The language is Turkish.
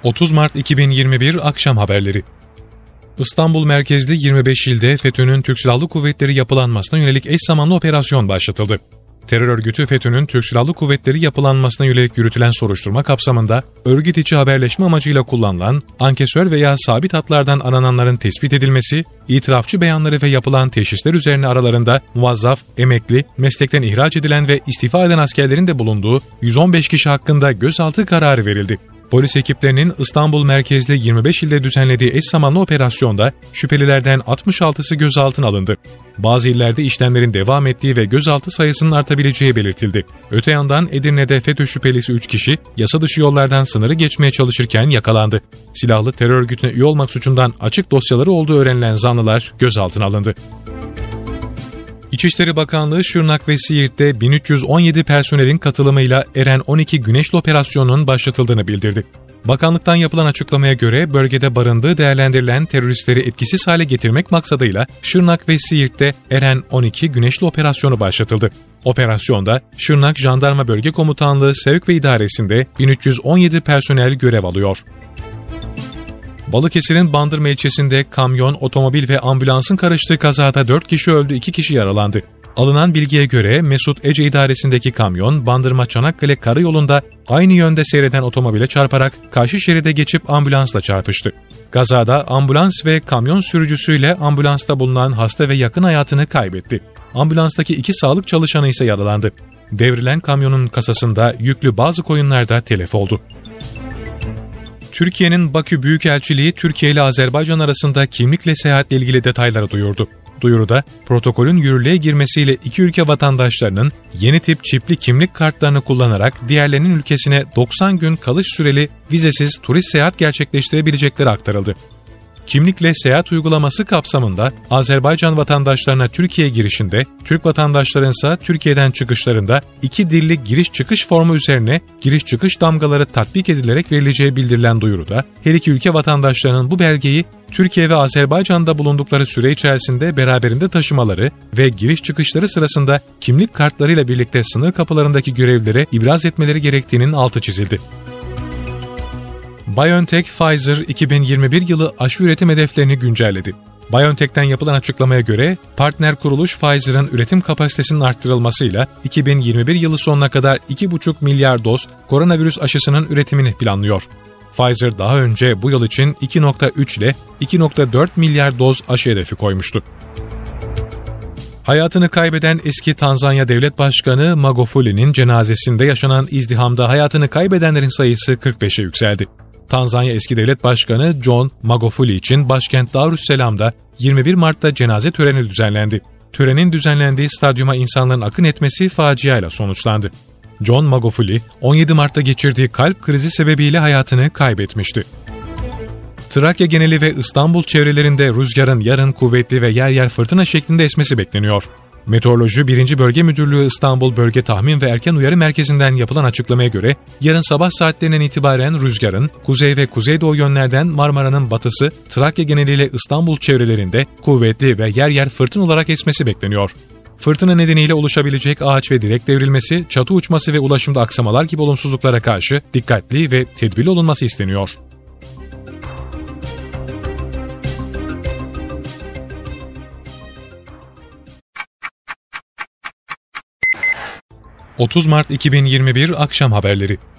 30 Mart 2021 Akşam Haberleri. İstanbul merkezli 25 ilde FETÖ'nün Türk Silahlı Kuvvetleri yapılanmasına yönelik eş zamanlı operasyon başlatıldı. Terör örgütü FETÖ'nün Türk Silahlı Kuvvetleri yapılanmasına yönelik yürütülen soruşturma kapsamında örgüt içi haberleşme amacıyla kullanılan ankesör veya sabit hatlardan arananların tespit edilmesi, itirafçı beyanları ve yapılan teşhisler üzerine aralarında muvazzaf, emekli, meslekten ihraç edilen ve istifa eden askerlerin de bulunduğu 115 kişi hakkında gözaltı kararı verildi. Polis ekiplerinin İstanbul merkezli 25 ilde düzenlediği eş zamanlı operasyonda şüphelilerden 66'sı gözaltına alındı. Bazı illerde işlemlerin devam ettiği ve gözaltı sayısının artabileceği belirtildi. Öte yandan Edirne'de FETÖ şüphelisi 3 kişi yasa dışı yollardan sınırı geçmeye çalışırken yakalandı. Silahlı terör örgütüne üye olmak suçundan açık dosyaları olduğu öğrenilen zanlılar gözaltına alındı. İçişleri Bakanlığı Şırnak ve Siirt'te 1317 personelin katılımıyla Eren 12 Güneşli operasyonunun başlatıldığını bildirdi. Bakanlıktan yapılan açıklamaya göre bölgede barındığı değerlendirilen teröristleri etkisiz hale getirmek maksadıyla Şırnak ve Siirt'te Eren 12 Güneşli operasyonu başlatıldı. Operasyonda Şırnak Jandarma Bölge Komutanlığı Sevk ve İdaresi'nde 1317 personel görev alıyor. Balıkesir'in Bandırma ilçesinde kamyon, otomobil ve ambulansın karıştığı kazada 4 kişi öldü, 2 kişi yaralandı. Alınan bilgiye göre Mesut Ece idaresindeki kamyon, Bandırma-Çanakkale karayolunda aynı yönde seyreden otomobile çarparak karşı şeride geçip ambulansla çarpıştı. Kazada ambulans ve kamyon sürücüsüyle ambulansta bulunan hasta ve yakın hayatını kaybetti. Ambulanstaki 2 sağlık çalışanı ise yaralandı. Devrilen kamyonun kasasında yüklü bazı koyunlar da telef oldu. Türkiye'nin Bakü Büyükelçiliği, Türkiye ile Azerbaycan arasında kimlikle seyahatle ilgili detayları duyurdu. Duyuruda, protokolün yürürlüğe girmesiyle iki ülke vatandaşlarının yeni tip çipli kimlik kartlarını kullanarak diğerlerinin ülkesine 90 gün kalış süreli vizesiz turist seyahat gerçekleştirebilecekleri aktarıldı. Kimlikle seyahat uygulaması kapsamında Azerbaycan vatandaşlarına Türkiye girişinde, Türk vatandaşlarının ise Türkiye'den çıkışlarında 2 dilli giriş-çıkış formu üzerine giriş-çıkış damgaları tatbik edilerek verileceği bildirilen duyuruda, her iki ülke vatandaşlarının bu belgeyi Türkiye ve Azerbaycan'da bulundukları süre içerisinde beraberinde taşımaları ve giriş-çıkışları sırasında kimlik kartlarıyla birlikte sınır kapılarındaki görevlilere ibraz etmeleri gerektiğinin altı çizildi. BioNTech, Pfizer 2021 yılı aşı üretim hedeflerini güncelledi. BioNTech'ten yapılan açıklamaya göre partner kuruluş Pfizer'ın üretim kapasitesinin arttırılmasıyla 2021 yılı sonuna kadar 2,5 milyar doz koronavirüs aşısının üretimini planlıyor. Pfizer daha önce bu yıl için 2,3 ile 2,4 milyar doz aşı hedefi koymuştu. Hayatını kaybeden eski Tanzanya Devlet Başkanı Magufuli'nin cenazesinde yaşanan izdihamda hayatını kaybedenlerin sayısı 45'e yükseldi. Tanzanya eski devlet başkanı John Magufuli için başkent Darüsselam'da 21 Mart'ta cenaze töreni düzenlendi. Törenin düzenlendiği stadyuma insanların akın etmesi faciayla sonuçlandı. John Magufuli, 17 Mart'ta geçirdiği kalp krizi sebebiyle hayatını kaybetmişti. Trakya geneli ve İstanbul çevrelerinde rüzgarın yarın kuvvetli ve yer yer fırtına şeklinde esmesi bekleniyor. Meteoroloji 1. Bölge Müdürlüğü İstanbul Bölge Tahmin ve Erken Uyarı Merkezi'nden yapılan açıklamaya göre yarın sabah saatlerinden itibaren rüzgarın kuzey ve kuzeydoğu yönlerden Marmara'nın batısı, Trakya geneliyle İstanbul çevrelerinde kuvvetli ve yer yer fırtına olarak esmesi bekleniyor. Fırtına nedeniyle oluşabilecek ağaç ve direk devrilmesi, çatı uçması ve ulaşımda aksamalar gibi olumsuzluklara karşı dikkatli ve tedbirli olunması isteniyor. ...30 Mart 2021 Akşam Haberleri.